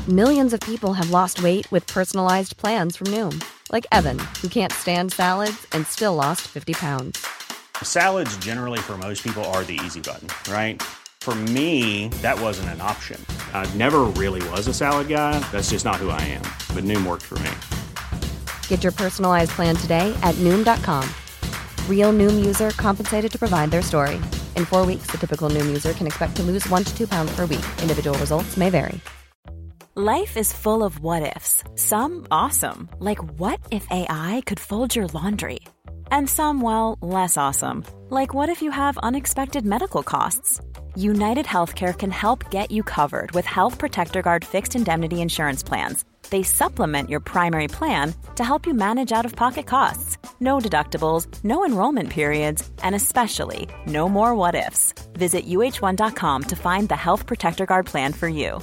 Millions of people have lost weight with personalized plans from Noom. Like Evan, who can't stand salads and still lost 50 pounds. Salads generally for most people are the easy button, right? For me, that wasn't an option. I never really was a salad guy. That's just not who I am. But Noom worked for me. Get your personalized plan today at Noom.com. Real Noom user compensated to provide their story. In 4 weeks, the typical Noom user can expect to lose 1 to 2 pounds per week. Individual results may vary. Life is full of what-ifs. Some awesome, like what if AI could fold your laundry? And some, well, less awesome, like what if you have unexpected medical costs? United Healthcare can help get you covered with Health Protector Guard fixed indemnity insurance plans. They supplement your primary plan to help you manage out-of-pocket costs. No deductibles, no enrollment periods, and especially no more what-ifs. Visit uh1.com to find the Health Protector Guard plan for you.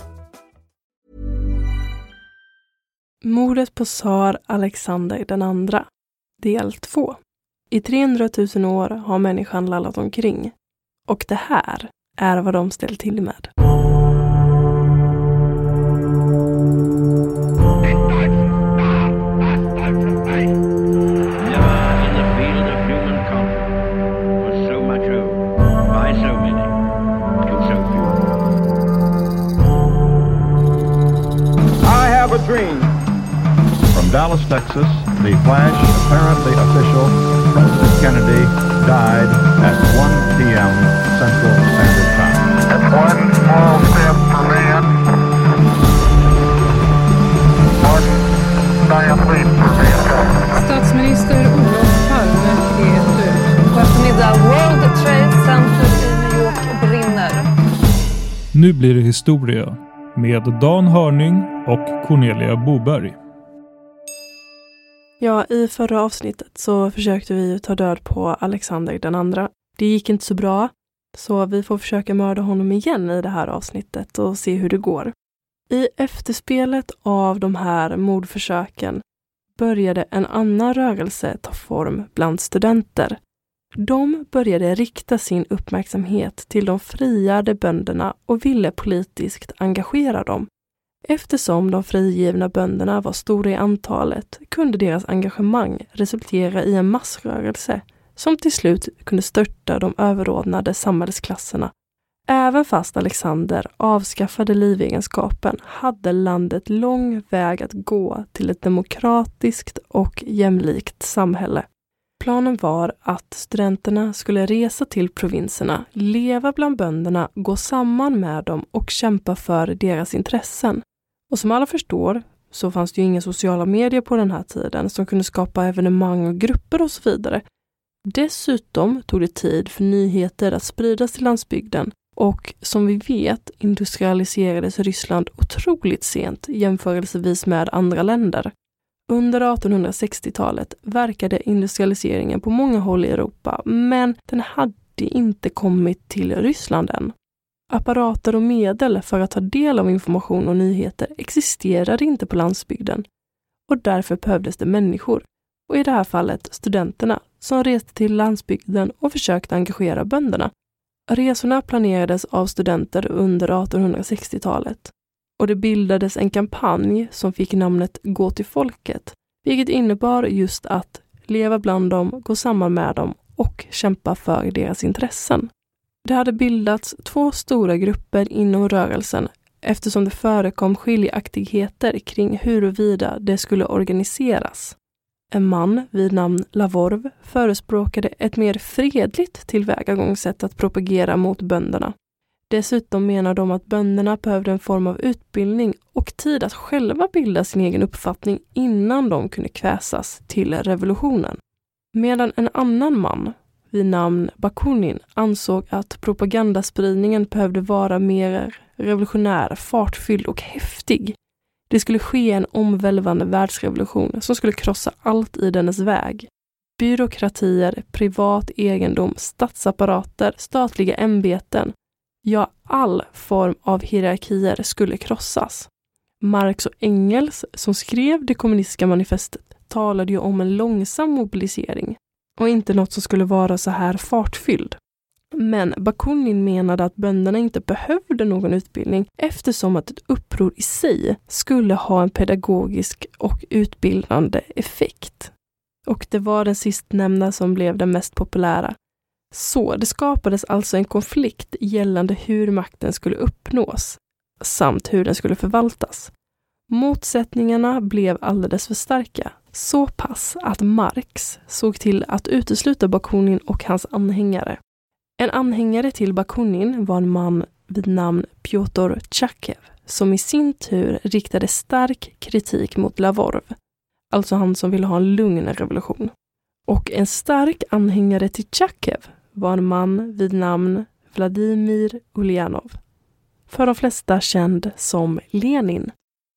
Mordet på tsar Alexander den andra, del 2. I 300 000 år har människan lallat omkring. Och det här är vad de ställt till med. Dream. From Dallas, Texas, the flash, apparently official, President Kennedy died at 1 p.m. Central Standard Time. It's one small step for man, one giant leap for mankind. Statsminister Olof Palme är död. På eftermiddag, World Trade Center i New York brinner. Nu blir det historia med Dan Hörning och Cornelia Boberg. Ja, i förra avsnittet så försökte vi ta död på Alexander den andra. Det gick inte så bra, så vi får försöka mörda honom igen i det här avsnittet och se hur det går. I efterspelet av de här mordförsöken började en annan rörelse ta form bland studenter. De började rikta sin uppmärksamhet till de friade bönderna och ville politiskt engagera dem. Eftersom de frigivna bönderna var stora i antalet kunde deras engagemang resultera i en massrörelse som till slut kunde störta de överordnade samhällsklasserna. Även fast Alexander avskaffade livegenskapen hade landet lång väg att gå till ett demokratiskt och jämlikt samhälle. Planen var att studenterna skulle resa till provinserna, leva bland bönderna, gå samman med dem och kämpa för deras intressen. Och som alla förstår så fanns det ju inga sociala medier på den här tiden som kunde skapa evenemang och grupper och så vidare. Dessutom tog det tid för nyheter att spridas till landsbygden och som vi vet industrialiserades Ryssland otroligt sent jämförelsevis med andra länder. Under 1860-talet verkade industrialiseringen på många håll i Europa, men den hade inte kommit till Ryssland än. Apparater och medel för att ta del av information och nyheter existerade inte på landsbygden och därför behövdes det människor, och i det här fallet studenterna, som reste till landsbygden och försökte engagera bönderna. Resorna planerades av studenter under 1860-talet. Och det bildades en kampanj som fick namnet Gå till folket, vilket innebar just att leva bland dem, gå samman med dem och kämpa för deras intressen. Det hade bildats 2 stora grupper inom rörelsen eftersom det förekom skiljaktigheter kring huruvida det skulle organiseras. En man vid namn Lavorv förespråkade ett mer fredligt tillvägagångssätt att propagera mot bönderna. Dessutom menar de att bönderna behövde en form av utbildning och tid att själva bilda sin egen uppfattning innan de kunde kväsas till revolutionen. Medan en annan man vid namn Bakunin ansåg att propagandaspridningen behövde vara mer revolutionär, fartfylld och häftig. Det skulle ske en omvälvande världsrevolution som skulle krossa allt i dennes väg. Byråkratier, privat egendom, statsapparater, statliga ämbeten. Ja, all form av hierarkier skulle krossas. Marx och Engels, som skrev det kommunistiska manifestet, talade ju om en långsam mobilisering och inte något som skulle vara så här fartfylld. Men Bakunin menade att bönderna inte behövde någon utbildning eftersom att ett uppror i sig skulle ha en pedagogisk och utbildande effekt. Och det var den sistnämnda som blev den mest populära. Så det skapades alltså en konflikt gällande hur makten skulle uppnås samt hur den skulle förvaltas. Motsättningarna blev alldeles för starka, så pass att Marx såg till att utesluta Bakunin och hans anhängare. En anhängare till Bakunin var en man vid namn Piotr Tjakev, som i sin tur riktade stark kritik mot Lavrov, alltså han som ville ha en lugn revolution. Och en stark anhängare till Tjakev var en man vid namn Vladimir Ulyanov, för de flesta känd som Lenin.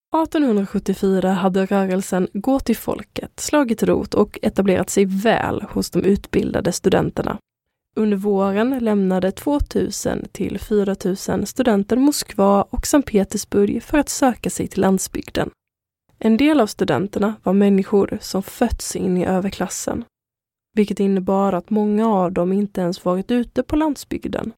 1874 hade rörelsen Gå till folket slagit rot och etablerat sig väl hos de utbildade studenterna. Under våren lämnade 2000 till 4000 studenter Moskva och Sankt Petersburg för att söka sig till landsbygden. En del av studenterna var människor som fötts in i överklassen, vilket innebar att många av dem inte ens varit ute på landsbygden.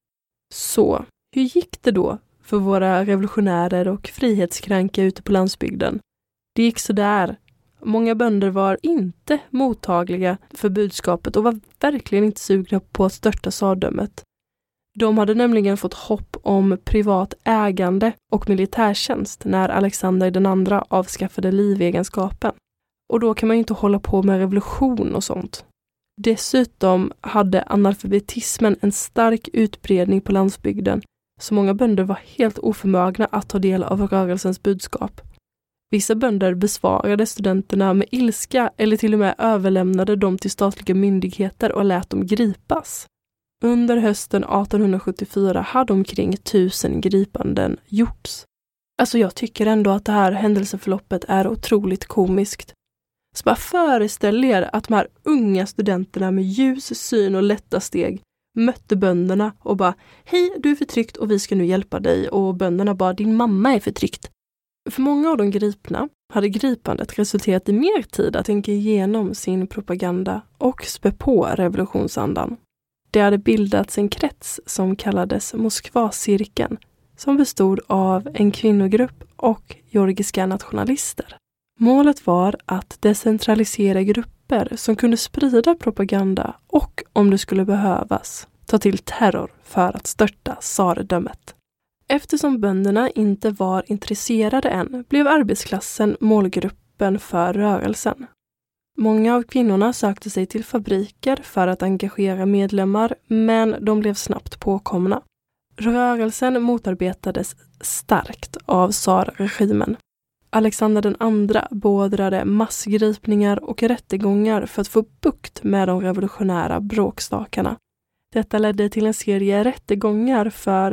Så, hur gick det då för våra revolutionärer och frihetskranka ute på landsbygden? Det gick så där. Många bönder var inte mottagliga för budskapet och var verkligen inte sugna på att störta tsardömet. De hade nämligen fått hopp om privat ägande och militärtjänst när Alexander den andra avskaffade livegenskapen. Och då kan man ju inte hålla på med revolution och sånt. Dessutom hade analfabetismen en stark utbredning på landsbygden, så många bönder var helt oförmögna att ta del av rörelsens budskap. Vissa bönder besvarade studenterna med ilska eller till och med överlämnade dem till statliga myndigheter och lät dem gripas. Under hösten 1874 hade omkring 1000 gripanden gjorts. Alltså jag tycker ändå att det här händelseförloppet är otroligt komiskt. Så bara föreställ er att de här unga studenterna med ljus syn och lätta steg mötte bönderna och bara hej, du är förtryckt och vi ska nu hjälpa dig, och bönderna bara din mamma är förtryckt. För många av de gripna hade gripandet resulterat i mer tid att tänka igenom sin propaganda och spä på revolutionsandan. Det hade bildats en krets som kallades Moskvacirkeln, som bestod av en kvinnogrupp och georgiska nationalister. Målet var att decentralisera grupper som kunde sprida propaganda och, om det skulle behövas, ta till terror för att störta tsardömet. Eftersom bönderna inte var intresserade än blev arbetsklassen målgruppen för rörelsen. Många av kvinnorna sökte sig till fabriker för att engagera medlemmar, men de blev snabbt påkomna. Rörelsen motarbetades starkt av tsarregimen. Alexander den andra beordrade massgripningar och rättegångar för att få bukt med de revolutionära bråkstakarna. Detta ledde till en serie rättegångar för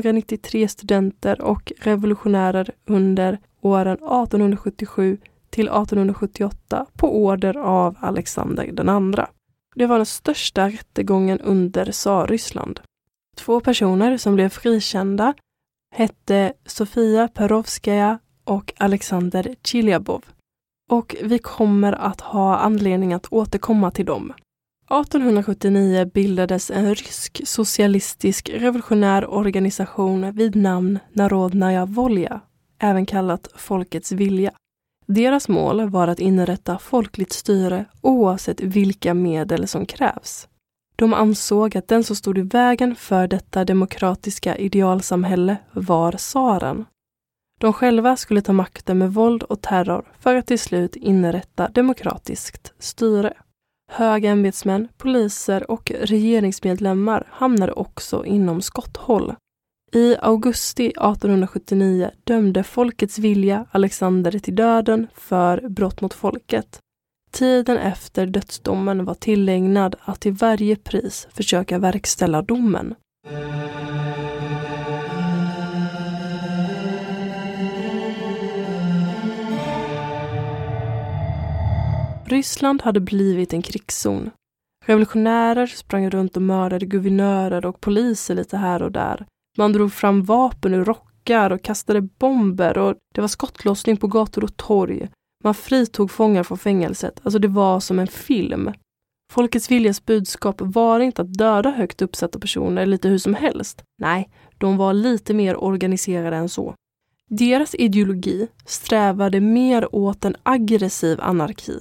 193 studenter och revolutionärer under åren 1877 till 1878 på order av Alexander den andra. Det var den största rättegången under Tsarryssland. 2 personer som blev frikända hette Sofia Perovskaja och Alexander Chilyabov. Och vi kommer att ha anledning att återkomma till dem. 1879 bildades en rysk socialistisk revolutionär organisation vid namn Narodnaja Volja, även kallat Folkets vilja. Deras mål var att inrätta folkligt styre oavsett vilka medel som krävs. De ansåg att den som stod i vägen för detta demokratiska idealsamhälle var tsaren. De själva skulle ta makten med våld och terror för att till slut inrätta demokratiskt styre. Höga ämbetsmän, poliser och regeringsmedlemmar hamnade också inom skotthåll. I augusti 1879 dömde Folkets vilja Alexander till döden för brott mot folket. Tiden efter dödsdomen var tillägnad att till varje pris försöka verkställa domen. Ryssland hade blivit en krigszon. Revolutionärer sprang runt och mördade guvernörer och poliser lite här och där. Man drog fram vapen ur rockar och kastade bomber, och det var skottlossning på gator och torg. Man fritog fångar från fängelset. Alltså det var som en film. Folkets viljas budskap var inte att döda högt uppsatta personer lite hur som helst. Nej, de var lite mer organiserade än så. Deras ideologi strävade mer åt en aggressiv anarki.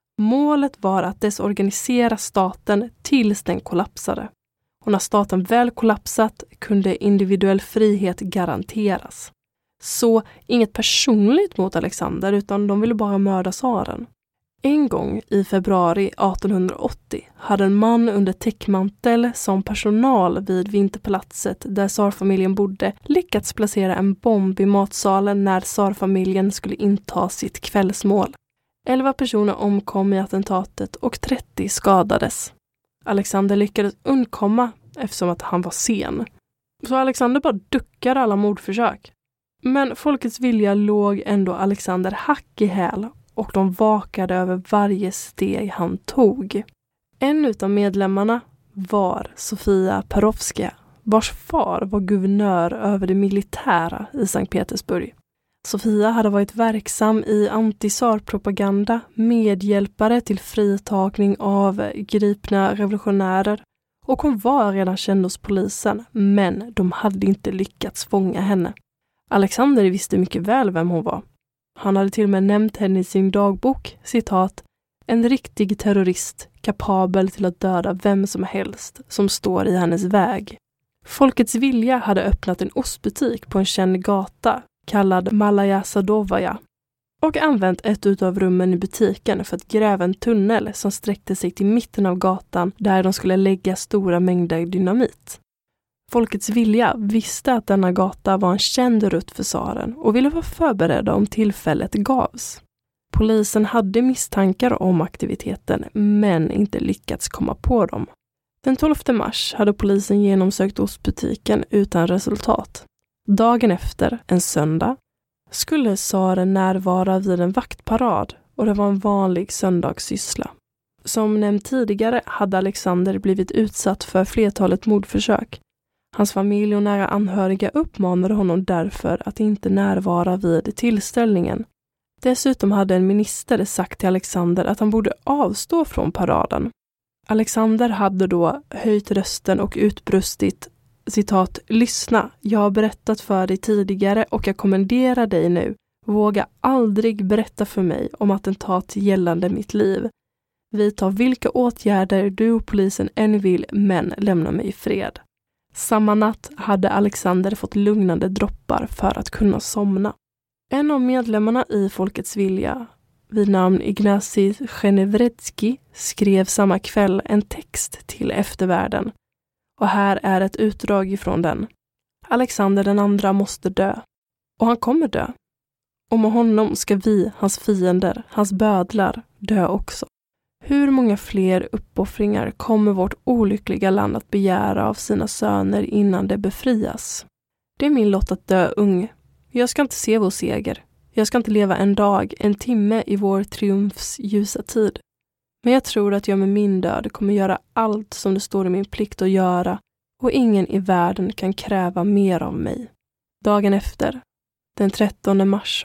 Målet var att desorganisera staten tills den kollapsade. Och när staten väl kollapsat kunde individuell frihet garanteras. Så inget personligt mot Alexander utan de ville bara mörda tsaren. En gång i februari 1880 hade en man under täckmantel som personal vid Vinterpalatset där tsarfamiljen bodde lyckats placera en bomb i matsalen när tsarfamiljen skulle inta sitt kvällsmål. 11 personer omkom i attentatet och 30 skadades. Alexander lyckades undkomma eftersom att han var sen. Så Alexander bara duckade alla mordförsök. Men folkets vilja låg ändå Alexander hack i häl och de vakade över varje steg han tog. En utav medlemmarna var Sofia Perovskaja, vars far var guvernör över det militära i Sankt Petersburg. Sofia hade varit verksam i antisarpropaganda, medhjälpare till fritagning av gripna revolutionärer och hon var redan känd hos polisen, men de hade inte lyckats fånga henne. Alexander visste mycket väl vem hon var. Han hade till och med nämnt henne i sin dagbok, citat, en riktig terrorist kapabel till att döda vem som helst som står i hennes väg. Folkets vilja hade öppnat en ostbutik på en känd gata kallad Malaya Sadovaja och använt ett utav rummen i butiken för att gräva en tunnel som sträckte sig till mitten av gatan där de skulle lägga stora mängder dynamit. Folkets vilja visste att denna gata var en känd rutt för tsaren och ville vara förberedda om tillfället gavs. Polisen hade misstankar om aktiviteten men inte lyckats komma på dem. Den 12 mars hade polisen genomsökt ostbutiken utan resultat. Dagen efter, en söndag, skulle tsaren närvara vid en vaktparad och det var en vanlig söndagssyssla. Som nämnt tidigare hade Alexander blivit utsatt för flertalet mordförsök. Hans familj och nära anhöriga uppmanade honom därför att inte närvara vid tillställningen. Dessutom hade en minister sagt till Alexander att han borde avstå från paraden. Alexander hade då höjt rösten och utbrustit, citat, lyssna, jag har berättat för dig tidigare och jag kommenderar dig nu. Våga aldrig berätta för mig om attentat gällande mitt liv. Vidta vilka åtgärder du och polisen än vill, men lämna mig i fred. Samma natt hade Alexander fått lugnande droppar för att kunna somna. En av medlemmarna i Folkets vilja, vid namn Ignacij Genevretsky, skrev samma kväll en text till eftervärlden. Och här är ett utdrag ifrån den. Alexander den andra måste dö. Och han kommer dö. Och med honom ska vi, hans fiender, hans bödlar, dö också. Hur många fler uppoffringar kommer vårt olyckliga land att begära av sina söner innan det befrias? Det är min lott att dö ung. Jag ska inte se vår seger. Jag ska inte leva en dag, en timme i vår triumfs ljusa tid. Men jag tror att jag med min död kommer göra allt som det står i min plikt att göra och ingen i världen kan kräva mer av mig. Dagen efter, den 13 mars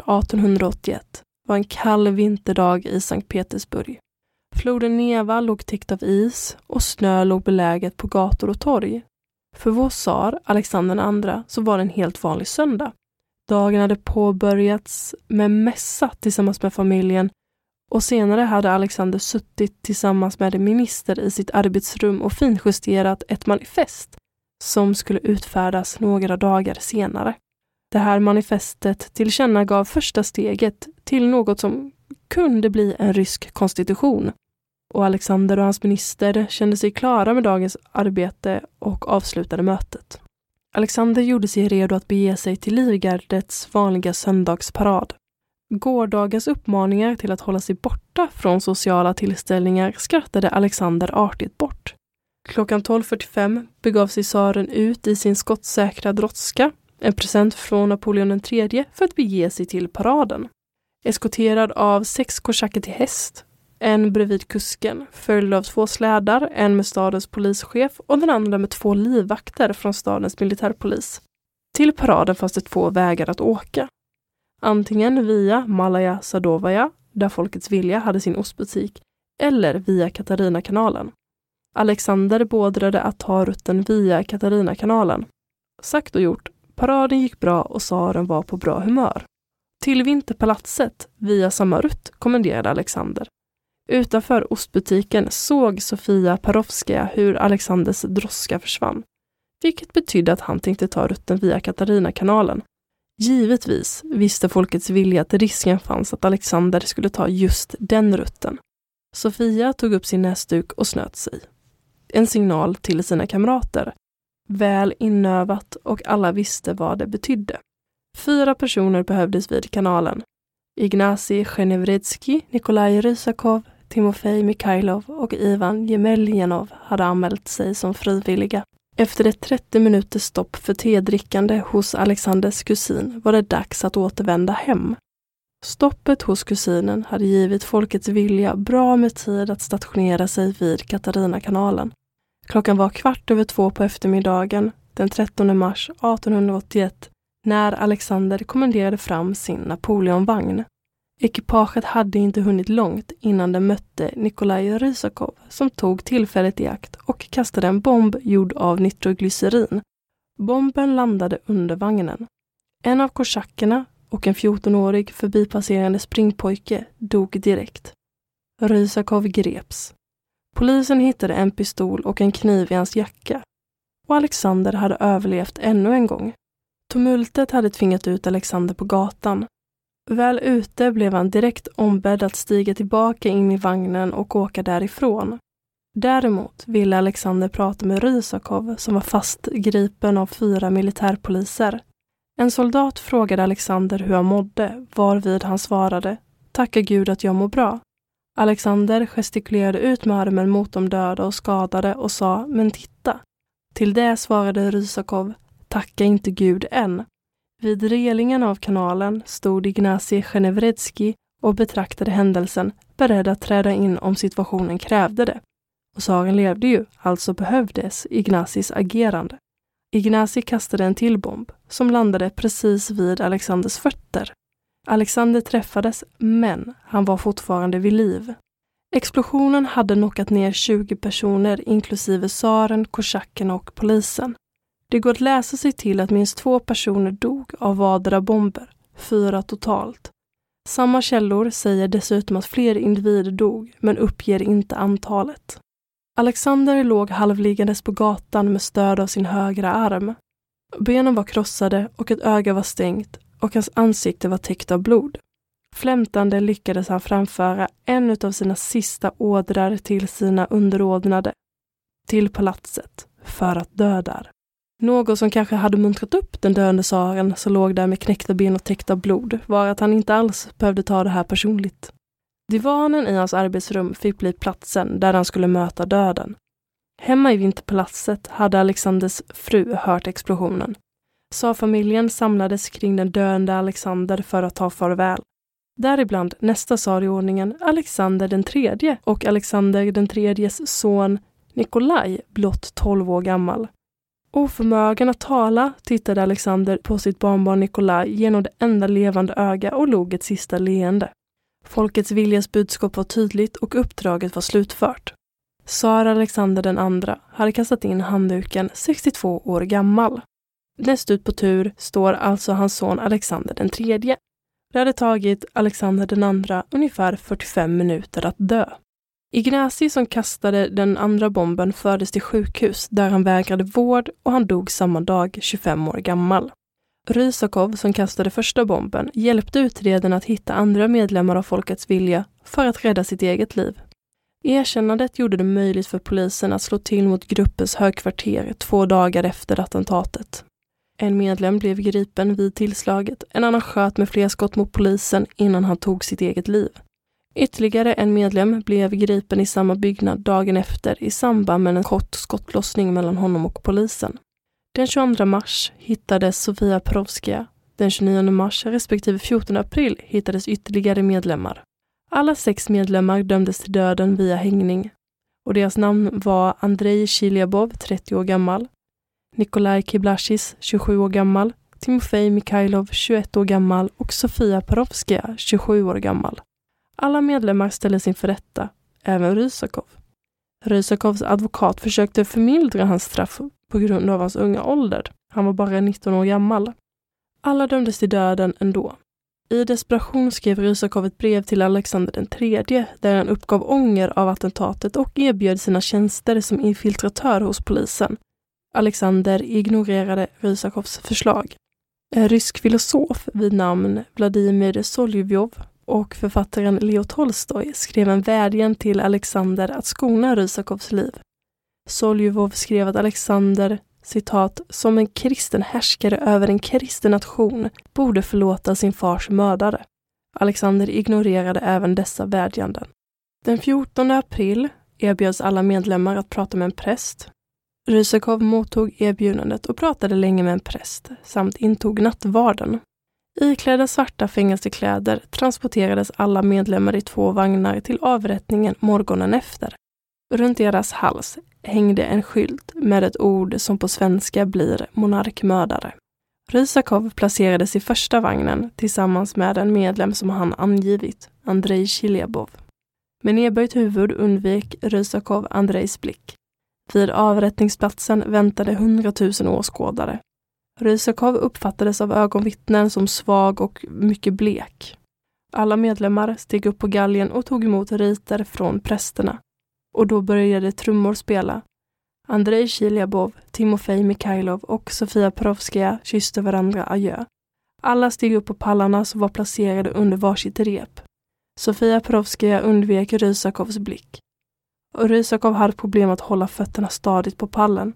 1881, var en kall vinterdag i Sankt Petersburg. Floden Neva låg täckt av is och snö låg beläget på gator och torg. För vår tsar, Alexander II, så var det en helt vanlig söndag. Dagen hade påbörjats med mässa tillsammans med familjen och senare hade Alexander suttit tillsammans med en minister i sitt arbetsrum och finjusterat ett manifest som skulle utfärdas några dagar senare. Det här manifestet tillkännagav första steget till något som kunde bli en rysk konstitution. Och Alexander och hans minister kände sig klara med dagens arbete och avslutade mötet. Alexander gjorde sig redo att bege sig till Livgardets vanliga söndagsparad. Gårdagens uppmaningar till att hålla sig borta från sociala tillställningar skrattade Alexander artigt bort. Klockan 12:45 begav sig tsaren ut i sin skottsäkra droska, en present från Napoleon III, för att bege sig till paraden. Eskorterad av 6 korsacker till häst, en bredvid kusken, följd av 2 slädar, en med stadens polischef och den andra med 2 livvakter från stadens militärpolis. Till paraden fanns det 2 vägar att åka. Antingen via Malaya Sadovaja, där Folkets vilja hade sin ostbutik, eller via Katarinakanalen. Alexander beordrade att ta rutten via Katarinakanalen. Sagt och gjort, paraden gick bra och tsaren var på bra humör. Till Vinterpalatset via samma rutt kommenderade Alexander. Utanför ostbutiken såg Sofia Perovskaja hur Alexanders droska försvann, vilket betydde att han tänkte ta rutten via Katarinakanalen. Givetvis visste folkets vilja att risken fanns att Alexander skulle ta just den rutten. Sofia tog upp sin näsduk och snöt sig. En signal till sina kamrater. Väl inövat och alla visste vad det betydde. 4 personer behövdes vid kanalen. Ignasi Genevredski, Nikolaj Rysakov, Timofej Mikhailov och Ivan Jemeljanov hade anmält sig som frivilliga. Efter ett 30 minuters stopp för tedrickande hos Alexanders kusin var det dags att återvända hem. Stoppet hos kusinen hade givit folkets vilja bra med tid att stationera sig vid Katarinakanalen. Klockan var 1:15 på eftermiddagen den 13 mars 1881 när Alexander kommenderade fram sin Napoleonvagn. Ekipaget hade inte hunnit långt innan de mötte Nikolaj Rysakov som tog tillfället i akt och kastade en bomb gjord av nitroglycerin. Bomben landade under vagnen. En av korsackerna och en 14-årig förbipasserande springpojke dog direkt. Rysakov greps. Polisen hittade en pistol och en kniv i hans jacka. Och Alexander hade överlevt ännu en gång. Tumultet hade tvingat ut Alexander på gatan. Väl ute blev han direkt ombedd att stiga tillbaka in i vagnen och åka därifrån. Däremot ville Alexander prata med Rysakov som var fastgripen av 4 militärpoliser. En soldat frågade Alexander hur han mådde, varvid han svarade: "Tacka Gud att jag mår bra." Alexander gestikulerade ut med armen mot de döda och skadade och sa: "Men titta." Till det svarade Rysakov: "Tacka inte Gud än." Vid relingen av kanalen stod Ignasi Genevredski och betraktade händelsen, beredd att träda in om situationen krävde det. Och tsaren levde ju, alltså behövdes Ignasis agerande. Ignasi kastade en till bomb som landade precis vid Alexanders fötter. Alexander träffades, men han var fortfarande vid liv. Explosionen hade knockat ner 20 personer inklusive tsaren, korsackerna och polisen. Det går att läsa sig till att minst 2 personer dog av vardera bomber, 4 totalt. Samma källor säger dessutom att fler individer dog, men uppger inte antalet. Alexander låg halvliggandes på gatan med stöd av sin högra arm. Benen var krossade och ett öga var stängt och hans ansikte var täckt av blod. Flämtande lyckades han framföra en av sina sista ådrar till sina underordnade, till palatset, för att dö där. Något som kanske hade muntrat upp den döende tsaren som låg där med knäckta ben och täckt av blod var att han inte alls behövde ta det här personligt. Divanen i hans arbetsrum fick bli platsen där han skulle möta döden. Hemma i Vinterpalatset hade Alexanders fru hört explosionen. Tsarfamiljen samlades kring den döende Alexander för att ta farväl. Däribland nästa tsar i ordningen, Alexander den tredje och Alexander den tredjes son Nikolaj, blott 12 år gammal. Oförmögen att tala tittade Alexander på sitt barnbarn Nikolaj genom det enda levande öga och log ett sista leende. Folkets viljas budskap var tydligt och uppdraget var slutfört. Tsar Alexander den andra hade kastat in handduken 62 år gammal. Näst ut på tur står alltså hans son Alexander den tredje. Det hade tagit Alexander den andra ungefär 45 minuter att dö. Ignasi som kastade den andra bomben fördes till sjukhus där han vägrade vård och han dog samma dag 25 år gammal. Rysakov som kastade första bomben hjälpte utredarna att hitta andra medlemmar av folkets vilja för att rädda sitt eget liv. Erkännandet gjorde det möjligt för polisen att slå till mot gruppens högkvarter 2 dagar efter attentatet. En medlem blev gripen vid tillslaget, en annan sköt med fler skott mot polisen innan han tog sitt eget liv. Ytterligare en medlem blev gripen i samma byggnad dagen efter i samband med en kort skottlossning mellan honom och polisen. Den 22 mars hittades Sofia Perovskaja. Den 29 mars respektive 14 april hittades ytterligare medlemmar. Alla 6 medlemmar dömdes till döden via hängning. Och deras namn var Andrei Chilyabov, 30 år gammal, Nikolaj Kiblashis, 27 år gammal, Timofej Mikhailov, 21 år gammal och Sofia Perovskaja, 27 år gammal. Alla medlemmar ställdes inför rätta. även Rysakov. Rysakovs advokat försökte förmildra hans straff på grund av hans unga ålder. Han var bara 19 år gammal. Alla dömdes till döden ändå. I desperation skrev Rysakov ett brev till Alexander den tredje där han uppgav ånger av attentatet och erbjöd sina tjänster som infiltratör hos polisen. Alexander ignorerade Rysakovs förslag. En rysk filosof vid namn Vladimir Solovjov och författaren Leo Tolstoj skrev en vädjan till Alexander att skona Rysakovs liv. Solovjov skrev att Alexander, citat, som en kristen härskare över en kristen nation borde förlåta sin fars mördare. Alexander ignorerade även dessa vädjanden. Den 14 april erbjöds alla medlemmar att prata med en präst. Rysakov mottog erbjudandet och pratade länge med en präst samt intog nattvarden. Iklädda svarta fängelsekläder transporterades alla medlemmar i 2 vagnar till avrättningen morgonen efter. Runt deras hals hängde en skylt med ett ord som på svenska blir monarkmördare. Rysakov placerades i första vagnen tillsammans med en medlem som han angivit, Andrei Chilebov. Med nedböjt huvud undvek Rysakov Andrejs blick. Vid avrättningsplatsen väntade 100 000 åskådare. Rysakov uppfattades av ögonvittnen som svag och mycket blek. Alla medlemmar steg upp på galgen och tog emot riter från prästerna. Och då började trummor spela. Andrei Chilebov, Timofej Mikhailov och Sofia Perovskaja kysste varandra adjö. Alla steg upp på pallarna som var placerade under varsitt rep. Sofia Perovskaja undvek Rysakovs blick. Och Rysakov hade problem att hålla fötterna stadigt på pallen.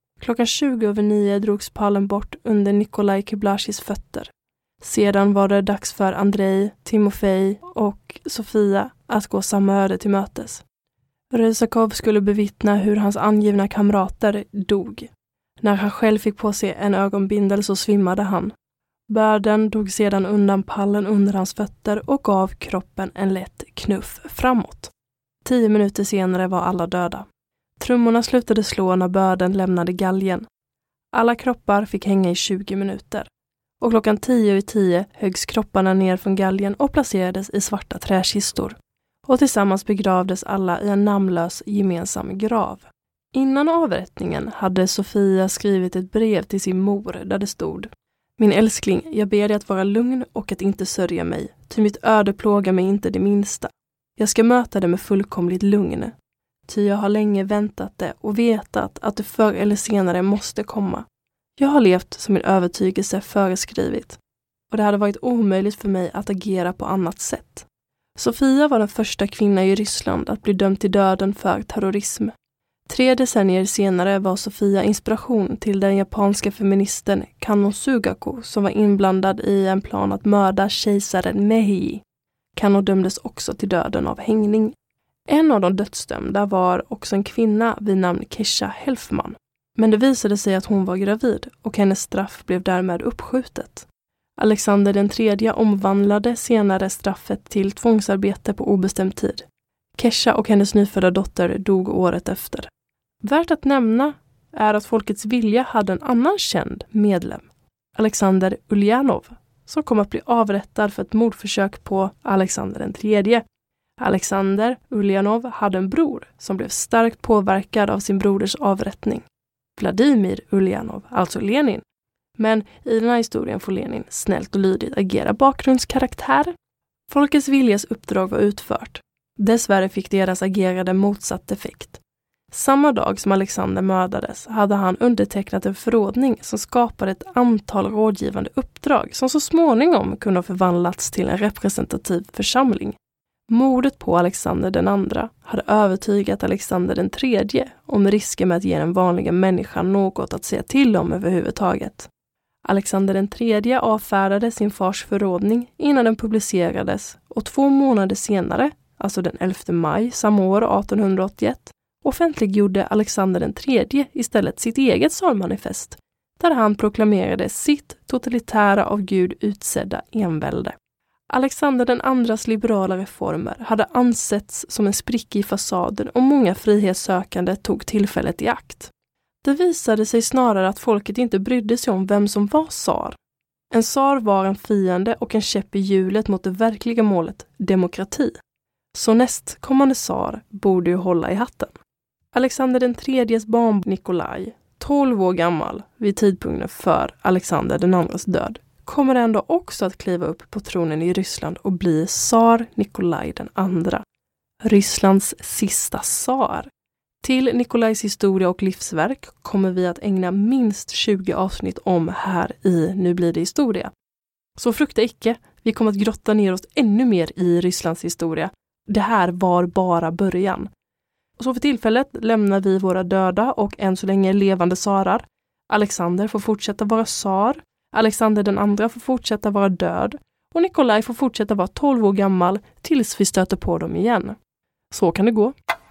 20:20 drogs pallen bort under Nikolaj Kublashis fötter. Sedan var det dags för Andrei, Timofej och Sofia att gå samma öde till mötes. Rysakov skulle bevittna hur hans angivna kamrater dog. När han själv fick på sig en ögonbindel så svimmade han. Börden drog sedan undan pallen under hans fötter och gav kroppen en lätt knuff framåt. 10 minuter senare var alla döda. Trummorna slutade slå när börden lämnade galgen. Alla kroppar fick hänga i 20 minuter. Och 10:10 höggs kropparna ner från galgen och placerades i svarta träkistor. Och tillsammans begravdes alla i en namnlös gemensam grav. Innan avrättningen hade Sofia skrivit ett brev till sin mor där det stod: Min älskling, jag ber dig att vara lugn och att inte sörja mig, ty mitt öde plågar mig inte det minsta. Jag ska möta det med fullkomligt lugn. Ty jag har länge väntat det och vetat att det förr eller senare måste komma. Jag har levt som min övertygelse föreskrivit, och det hade varit omöjligt för mig att agera på annat sätt. Sofia var den första kvinnan i Ryssland att bli dömd till döden för terrorism. 3 decennier senare var Sofia inspiration till den japanska feministen Kanno Sugaku som var inblandad i en plan att mörda kejsaren Meiji. Kanno dömdes också till döden av hängning. En av de dödsdömda var också en kvinna vid namn Kesha Helfman. Men det visade sig att hon var gravid och hennes straff blev därmed uppskjutet. Alexander den tredje omvandlade senare straffet till tvångsarbete på obestämd tid. Kesha och hennes nyfödda dotter dog året efter. Värt att nämna är att Folkets vilja hade en annan känd medlem, Alexander Ulyanov, som kom att bli avrättad för ett mordförsök på Alexander den tredje. Alexander Ulyanov hade en bror som blev starkt påverkad av sin broders avrättning. Vladimir Ulyanov, alltså Lenin. Men i den här historien får Lenin snällt och lydigt agera bakgrundskaraktär. Folkets viljas uppdrag var utfört. Dessvärre fick deras agerande motsatt effekt. Samma dag som Alexander mördades hade han undertecknat en förordning som skapade ett antal rådgivande uppdrag som så småningom kunde ha förvandlats till en representativ församling. Mordet på Alexander den andra hade övertygat Alexander den tredje om risken med att ge den vanliga människan något att säga till om överhuvudtaget. Alexander den tredje avfärdade sin fars förordning innan den publicerades och 2 månader senare, alltså den 11 maj samma år 1881, offentliggjorde Alexander den tredje istället sitt eget salmanifest där han proklamerade sitt totalitära av Gud utsedda envälde. Alexander den andras liberala reformer hade ansetts som en spricka i fasaden och många frihetssökande tog tillfället i akt. Det visade sig snarare att folket inte brydde sig om vem som var tsar. En tsar var en fiende och en käpp i hjulet mot det verkliga målet, demokrati. Så nästkommande tsar borde ju hålla i hatten. Alexander den tredjes barn Nikolaj, 12 år gammal vid tidpunkten för Alexander den andres död, kommer ändå också att kliva upp på tronen i Ryssland och bli tsar Nikolaj den andra. Rysslands sista tsar. Till Nikolajs historia och livsverk kommer vi att ägna minst 20 avsnitt om här i Nu blir det historia. Så frukta icke, vi kommer att grotta ner oss ännu mer i Rysslands historia. Det här var bara början. Så för tillfället lämnar vi våra döda och än så länge levande tsarar. Alexander får fortsätta vara tsar, Alexander den andra får fortsätta vara död och Nikolaj får fortsätta vara 12 år gammal tills vi stöter på dem igen. Så kan det gå.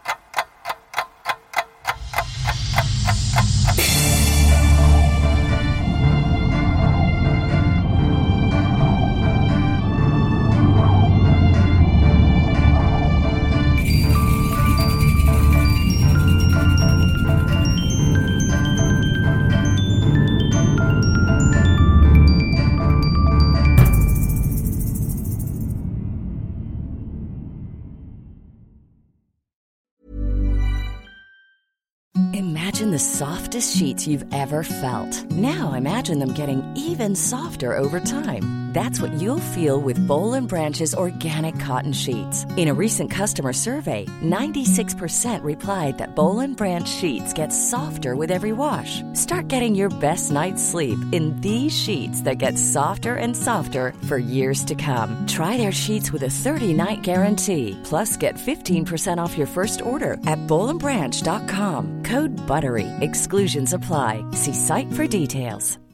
Imagine the softest sheets you've ever felt. Now imagine them getting even softer over time. That's what you'll feel with Boll & Branch's organic cotton sheets. In a recent customer survey, 96% replied that Boll & Branch sheets get softer with every wash. Start getting your best night's sleep in these sheets that get softer and softer for years to come. Try their sheets with a 30-night guarantee. Plus, get 15% off your first order at bollandbranch.com. Code BUTTERY. Exclusions apply. See site for details.